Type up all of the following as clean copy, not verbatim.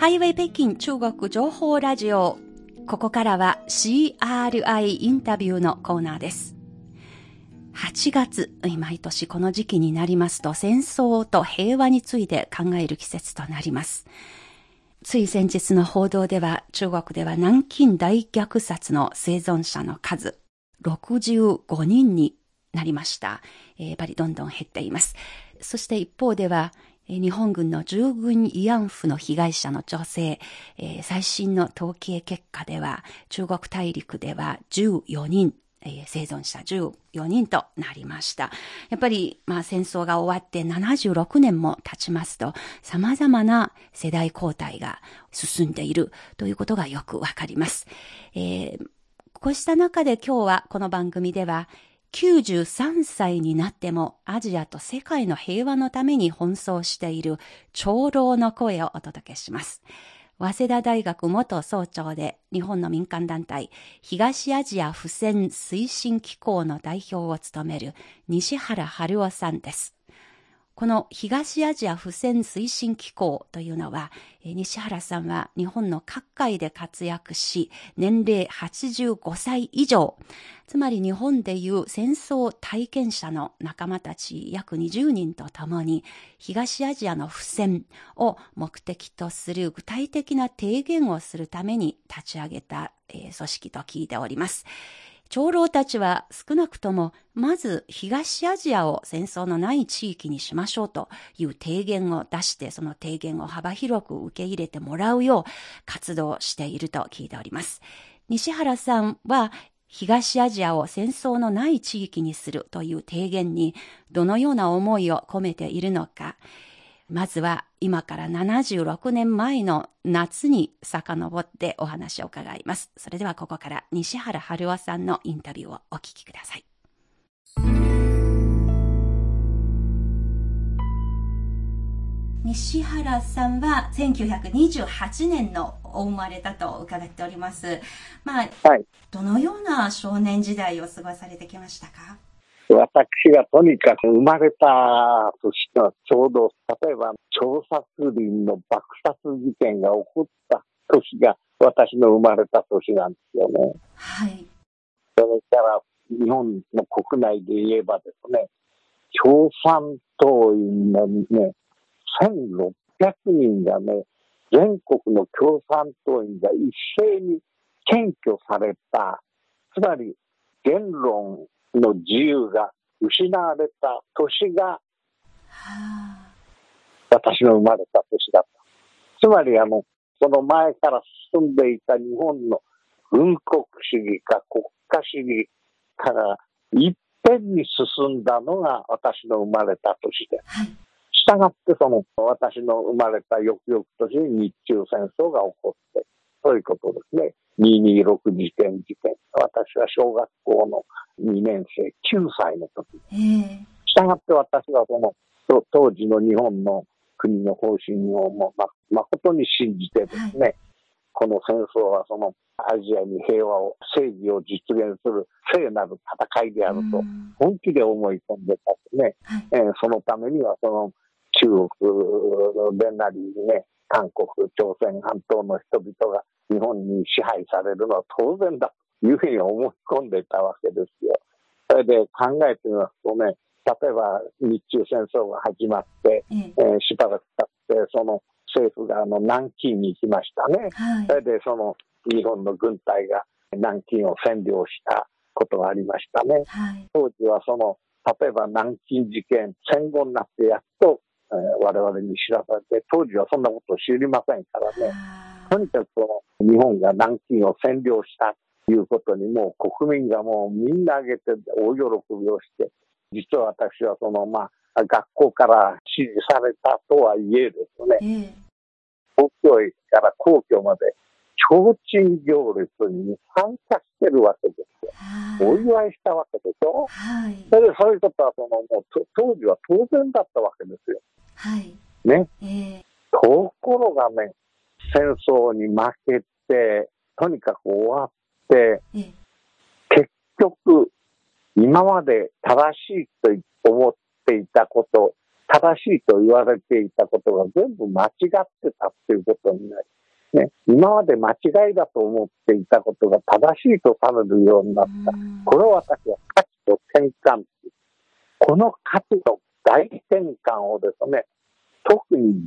イウェイ北京中国情報ラジオ。ここからは CRI インタビューのコーナーです。8月、毎年この時期になりますと戦争と平和について考える季節となります。つい先日の報道では中国では南京大虐殺の生存者の数65人になりました。やっぱりどんどん減っています。そして一方では日本軍の従軍慰安婦の被害者の女性、最新の統計結果では中国大陸では14人、生存者14人となりました。やっぱり、戦争が終わって76年も経ちますと様々な世代交代が進んでいるということがよくわかります。こうした中で今日はこの番組では93歳になってもアジアと世界の平和のために奔走している長老の声をお届けします。早稲田大学元総長で日本の民間団体東アジア不戦推進機構の代表を務める西原春夫さんです。この東アジア不戦推進機構というのは、西原さんは日本の各界で活躍し、年齢85歳以上、つまり日本でいう戦争体験者の仲間たち約20人と共に、東アジアの不戦を目的とする具体的な提言をするために立ち上げた、組織と聞いております。長老たちは少なくともまず東アジアを戦争のない地域にしましょうという提言を出して、その提言を幅広く受け入れてもらうよう活動していると聞いております。西原さんは東アジアを戦争のない地域にするという提言にどのような思いを込めているのか、まずは今から76年前の夏に遡ってお話を伺います。それではここから西原春夫さんのインタビューをお聞きください。西原さんは1928年のお生まれだと伺っております。はい、どのような少年時代を過ごされてきましたか？ 私がとにかく生まれた年がちょうど、例えば張作霖の爆殺事件が起こった年が私の生まれた年なんですよね。 はい。 それから日本の国内で言えばですね、共産党員のね、1600人がね、全国の共産党員が一斉に検挙された、つまり言論の自由が失われた年が私の生まれた年だった。つまりその前から進んでいた日本の軍国主義か国家主義から一遍に進んだのが私の生まれた年で、したがって私の生まれた翌々年に日中戦争が起こって、そういうことですね。226事件。私は小学校の2年生、9歳の時。したがって私は当時の日本の国の方針を誠に信じてですね、この戦争はアジアに平和を、正義を実現する聖なる戦いであると本気で思い込んでたんですね。そのためには中国でなりね、韓国、朝鮮半島の人々が日本に支配されるのは当然だというふうに思い込んでいたわけですよ。それで考えてみますとね、例えば日中戦争が始まって、しばらく経って政府が南京に行きましたね。それで日本の軍隊が南京を占領したことがありましたね。当時は例えば南京事件、戦後になってやっと我々に知らされて、当時はそんなことを知りませんからね。とにかく日本が南京を占領したということにもう国民がもうみんな挙げて大喜びをして、実は私は学校から指示されたとはいえですね、東京駅から皇居まで提灯行列に参加してるわけですよ。お祝いしたわけでしょ。それでそういうことはもう当時は当然だったわけですよ。ね。ところがね、戦争に負けてとにかく終わって、結局今まで正しいと思っていたこと、正しいと言われていたことが全部間違ってたっていうことになり、 ね、今まで間違いだと思っていたことが正しいとされるようになった。これを私は価値の転換。この価値の大転換をですね、特に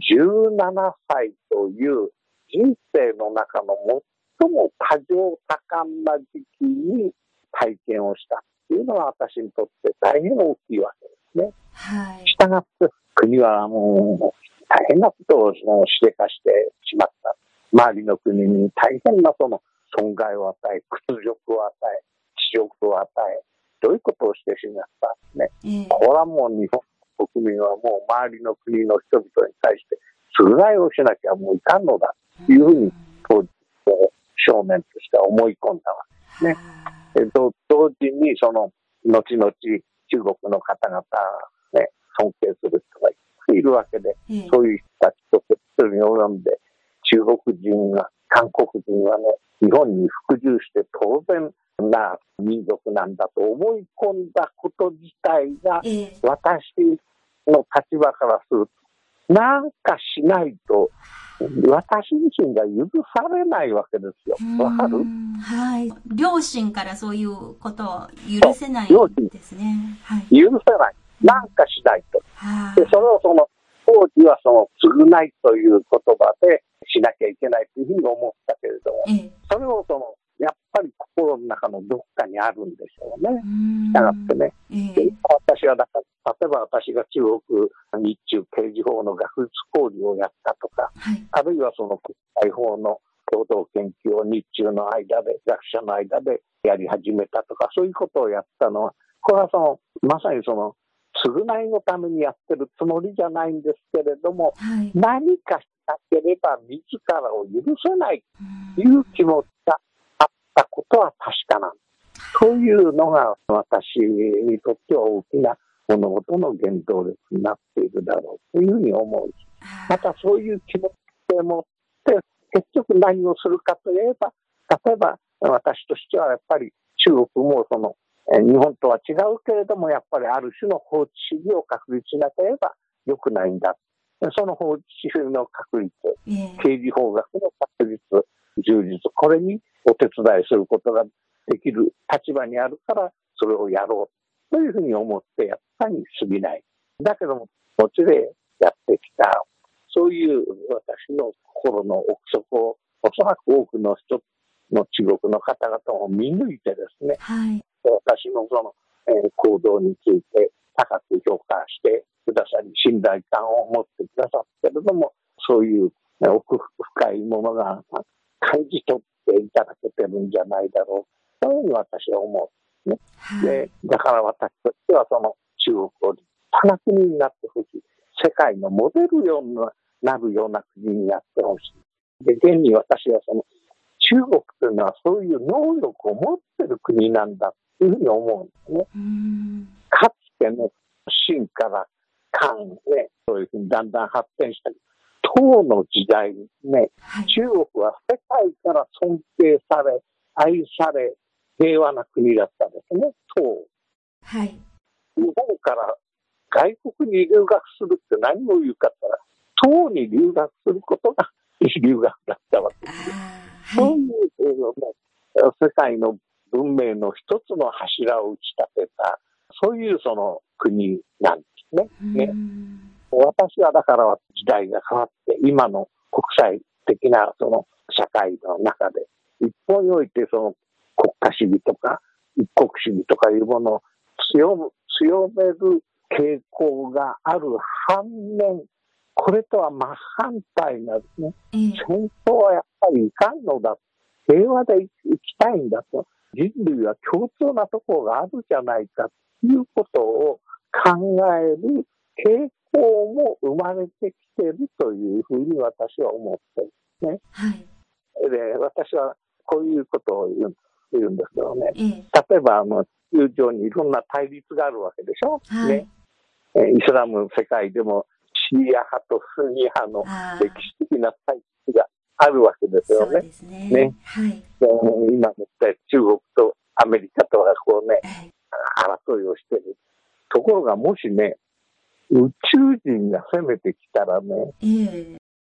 17歳という人生の中の最も過剰多感な時期に体験をしたというのは私にとって大変大きいわけですね。 はい。 したがって国はもう大変なことをしでかしてしまった。周りの国に大変なその損害を与え、屈辱を与え、恥辱を与え、どういうことをしてしまったんですね。これはもう日本国民はもう周りの国の人々に対して償いをしなきゃもういかんのだというふうに当時少年としては思い込んだわけですね。同時にその後々中国の方々、ね、尊敬する人がいっぱいいるわけで、そういう人たちと接するに及んで中国人が韓国人はね、日本に服従して当然な民族なんだと思い込んだこと自体が、私の立場からするとなんかしないと私自身が許されないわけですよ。わかる？ はい。両親からそういうことを許せないですね。はい。 許せない。なんかしないと。で、それを当時は償いという言葉でしなきゃいけないというふうに思ったけれども、それをやっぱり心の中のどっかにあるんでしょうね。したがってね、私はだから、例えば私が中国日中刑事法の学術交流をやったとか、あるいは国際法の共同研究を日中の間で、学者の間でやり始めたとか、そういうことをやったのは、これはまさに償いのためにやってるつもりじゃないんですけれども、何かしなければ自らを許せないという気持ちがあったことは確かなんです。そういうのが私にとっては大きな物事の原動力になっているだろうというふうに思うし、またそういう気持ちを持って結局何をするかといえば、例えば私としてはやっぱり中国も日本とは違うけれどもやっぱりある種の法治主義を確立しなければ良くないんだ。その法治主義の確立、刑事法学の確立、充実、これにお手伝いすることができる立場にあるからそれをやろうというふうに思ってやったに過ぎない。だけどももちろんやってきたそういう私の心の奥底をおそらく多くの人の中国の方々を見抜いてですね、私の行動について高く評価してくださり、信頼感を持ってくださっているのもそういう奥深いものが感じ取っていただけてるんじゃないだろうというふうに私は思う、ね。でだから私としては中国を立派な国になってほしい。世界のモデルようになるような国になってほしい。で、現に私は中国というのはそういう能力を持っている国なんだというふうに思うんですね。かつての秦から漢ね、そういうふうにだんだん発展した唐の時代にね、中国は世界から尊敬され、愛され、平和な国だったんですね、唐。日本から外国に留学するって何を言うかって言ったら、唐に留学することが留学だったわけです。そういう世界の文明の一つの柱を打ち立てた、そういう国なんですね。私はだから時代が変わって、今の国際的な社会の中で、一方において国家主義とか一国主義とかいうものを強める傾向がある反面、これとは真反対なですね、戦争はやっぱりいかんのだ、平和で生きたいんだと、人類は共通なところがあるじゃないかということを考える傾向も生まれてきているというふうに私は思ってるんですね。で、私はこういうことを言うんですけどね、例えば地球上にいろんな対立があるわけでしょ、ね。イスラム世界でもシーア派とスンニ派の歴史的な対立があるわけですよね。今もって中国とアメリカとは争いをしている。ところがもしね、宇宙人が攻めてきたらね、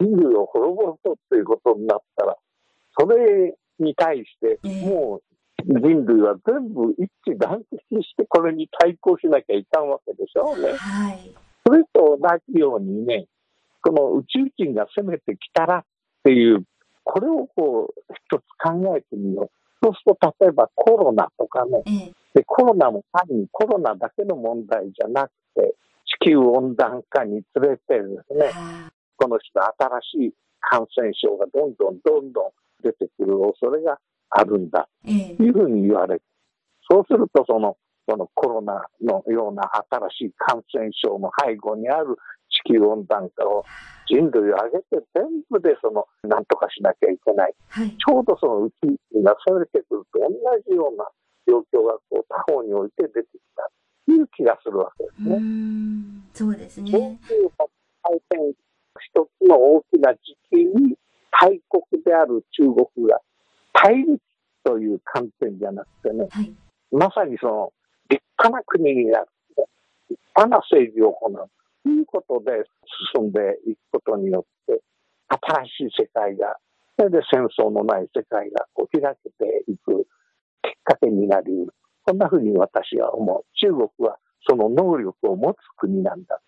人類を滅ぼそうということになったら、それに対してもう人類は全部一致団結してこれに対抗しなきゃいかんわけでしょうね。 はい。 それと同じようにね、この宇宙人が攻めてきたらっていう、これをこう一つ考えてみよう。そうすると例えばコロナとかね、でコロナも単にコロナだけの問題じゃなくて、地球温暖化につれてですね、この人新しい感染症がどんどん出てくる恐れがあるんだというふうに言われて、そうするとそのコロナのような新しい感染症の背後にある地球温暖化を人類を挙げて全部で何とかしなきゃいけない。はい、ちょうどその宇宙人がそれてくると同じような状況がこう他方において出てきたという気がするわけですね。 そうですね。 そういう一つの大きな時期に大国である中国が対立という観点じゃなくてね、はい、まさに立派な国になる、立派な政治を行うということで進んでいくことによって、新しい世界が、それで戦争のない世界がこう開けていくきっかけになりうる。こんなふうに私は思う。中国はその能力を持つ国なんだ。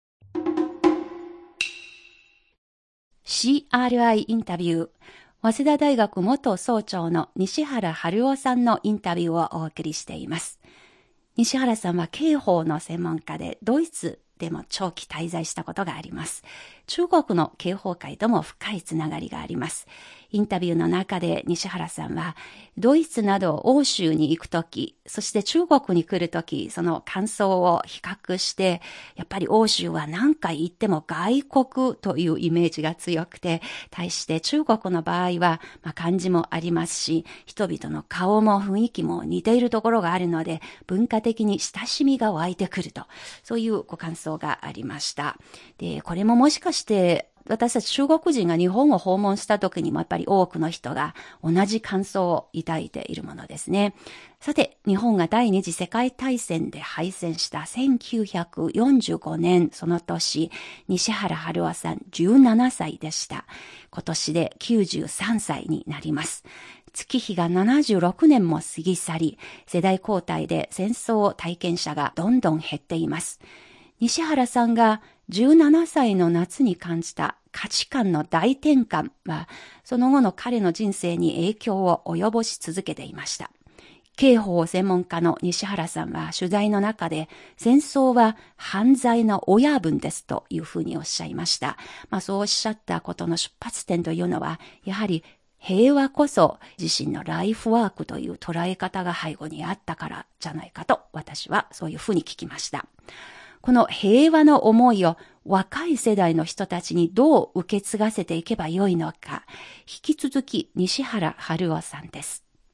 CRI インタビュー。早稲田大学元総長の西原春夫さんのインタビューをお送りしています。西原さんは刑法の専門家で、ドイツでも長期滞在したことがあります。中国の刑法界とも深いつながりがあります。インタビューの中で西原さんは、ドイツなど欧州に行くとき、そして中国に来るとき、その感想を比較して、やっぱり欧州は何回行っても外国というイメージが強くて、対して中国の場合は、漢字もありますし、人々の顔も雰囲気も似ているところがあるので、文化的に親しみが湧いてくると、そういうご感想がありました。で、これももしかして私たち中国人が日本を訪問した時にもやっぱり多くの人が同じ感想を抱いているものですね。さて、日本が第二次世界大戦で敗戦した1945年、その年、西原春夫さん17歳でした。今年で93歳になります。月日が76年も過ぎ去り、世代交代で戦争体験者がどんどん減っています。西原さんが17歳の夏に感じた価値観の大転換は、その後の彼の人生に影響を及ぼし続けていました。刑法専門家の西原さんは取材の中で、戦争は犯罪の親分ですというふうにおっしゃいました。そうおっしゃったことの出発点というのは、やはり平和こそ自身のライフワークという捉え方が背後にあったからじゃないかと、私はそういうふうに聞きました。この平和の思いを若い世代の人たちにどう受け継がせていけばよいのか、引き続き西原春夫さんです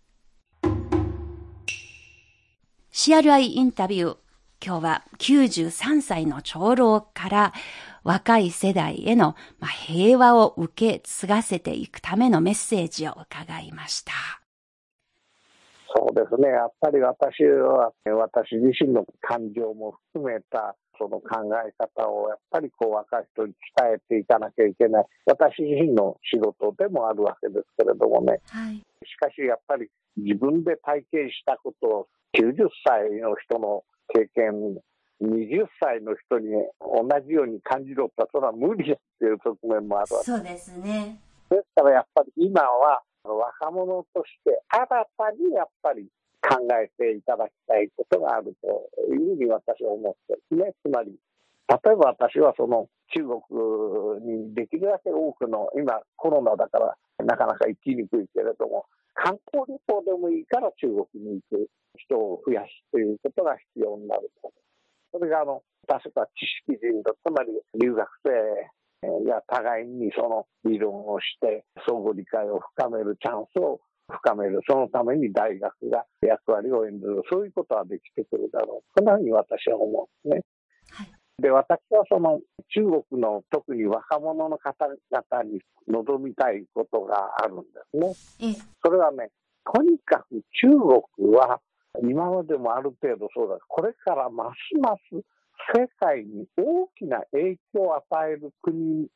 。CRI インタビュー。今日は93歳の長老から若い世代への平和を受け継がせていくためのメッセージを伺いました。 そうですね。やっぱり私自身の感情も含めたその考え方をやっぱり若い人に伝えていかなきゃいけない。私自身の仕事でもあるわけですけれどもね。はい、しかしやっぱり自分で体験したことを90歳の人の経験、20歳の人に同じように感じろとはそれは無理だっていう側面もあるわけです。 そうですね。 ですからやっぱり今は若者として新たにやっぱり考えていただきたいことがあるというふうに私は思ってですね。つまり、例えば私はその中国にできるだけ多くの、今コロナだからなかなか行きにくいけれども、観光旅行でもいいから中国に行く人を増やすということが必要になると。それが私は知識人と、つまり留学生や互いにその議論をして相互理解を深めるチャンスを深める。そのために大学が役割を演ずる。そういうことはできてくるだろう。そんなふうに私は思うんですね。はい、で、私はその中国の特に若者の方々に望みたいことがあるんですね。それはね、とにかく中国は今までもある程度そうだ。これからますます世界に大きな影響を与える国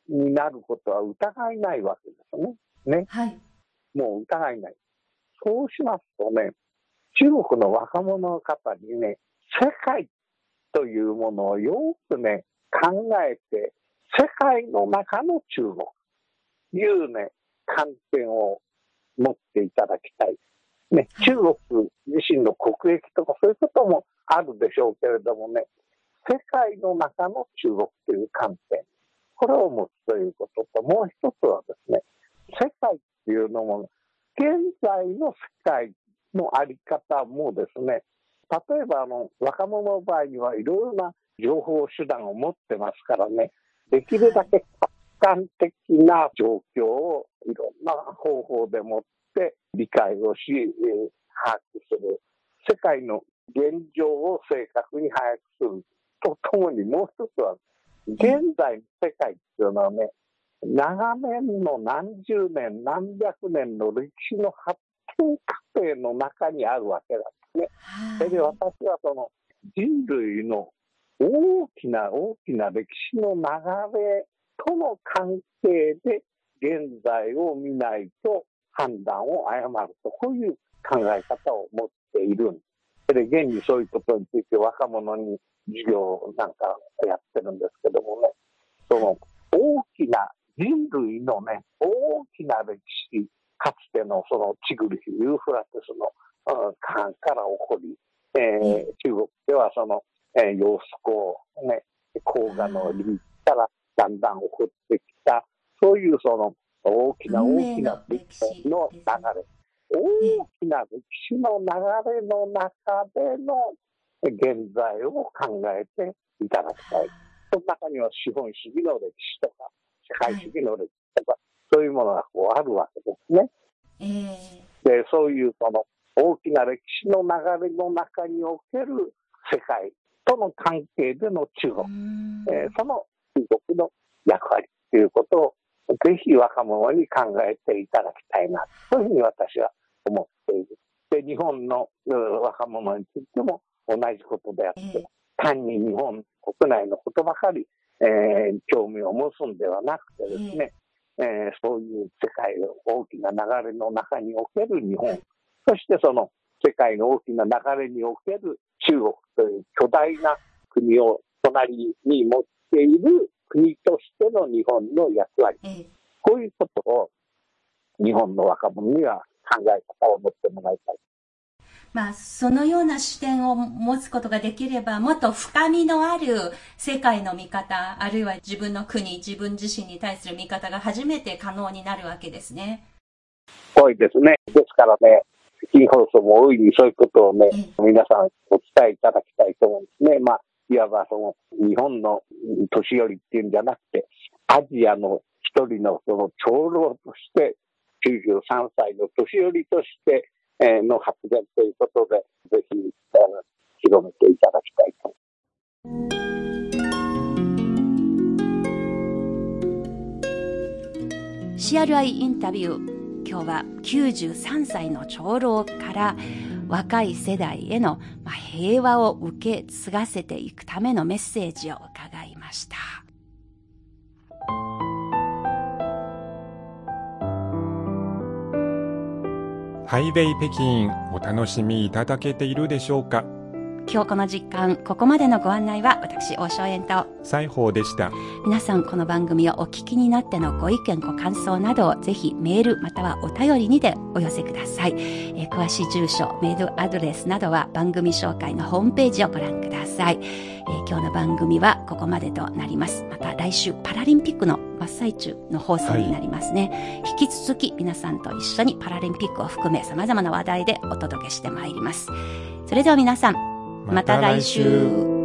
になることは疑いないわけですね。ね。 はい。 もう疑いない。そうしますとね、中国の若者の方にね、世界というものをよくね、考えて、世界の中の中国というね、観点を持っていただきたい。ね、中国自身の国益とかそういうこともあるでしょうけれどもね、世界の中の中国という観点、これを持つということと、もう一つはですね、世界っていうのも、現在の世界のあり方もですね、例えば若者の場合にはいろいろな情報手段を持ってますからね、できるだけ客観的な状況をいろんな方法でもって理解をし、把握する。世界の現状を正確に把握するとともに、もう一つは、現在の世界っていうのはね、長年の何十年、何百年の歴史の発展過程の中にあるわけなんですね。それで私はその人類の大きな歴史の流れとの関係で現在を見ないと判断を誤ると、こういう考え方を持っているんです。それで現にそういうことについて若者に授業なんかやってるんですけどもね、その大きな人類のね、大きな歴史、かつてのそのチグリス・ユーフラテスの川から起こり、中国ではその、揚子江、ね、黄河の流からだんだん起こってきた、そういうその大きな歴史の流れ、大きな歴史の流れの中での現在を考えていただきたい。その中には資本主義の歴史とか、社会主義の歴史とか、そういうものがこうあるわけですね。で、そういうその大きな歴史の流れの中における世界との関係での中国、その中国の役割ということをぜひ若者に考えていただきたいな、そういうふうに私は思っている。で、日本の若者についても同じことであって、単に日本国内のことばかり、興味を持つんではなくてですね、そういう世界の大きな流れの中における日本、そしてその世界の大きな流れにおける中国という巨大な国を隣に持っている国としての日本の役割、こういうことを日本の若者には考え方を持ってもらいたい。 そのような視点を持つことができれば、もっと深みのある世界の見方、あるいは自分の国、自分自身に対する見方が初めて可能になるわけですね。 多いですね。ですからね、北京放送も大いにそういうことをね、皆さんお伝えいただきたいと思うんですね。いわばその日本の年寄りっていうんじゃなくて、アジアの一人のその長老として、93歳の年寄りとしての発言ということで、ぜひ広めていただきたいと。 CRI インタビュー。今日は93歳の長老から若い世代への平和を受け継がせていくためのメッセージを伺いました。 ハイウェイ北京、お楽しみいただけているでしょうか。 今日この時間、ここまでのご案内は私、大正円と西宝でした。 皆さん、この番組をお聞きになってのご意見、ご感想などをぜひメールまたはお便りにてお寄せください。詳しい住所、メールアドレスなどは番組紹介のホームページをご覧ください。今日の番組はここまでとなります。また来週パラリンピックの真っ最中の放送になりますね。引き続き皆さんと一緒にパラリンピックを含め様々な話題でお届けしてまいります。それでは皆さん、また来週。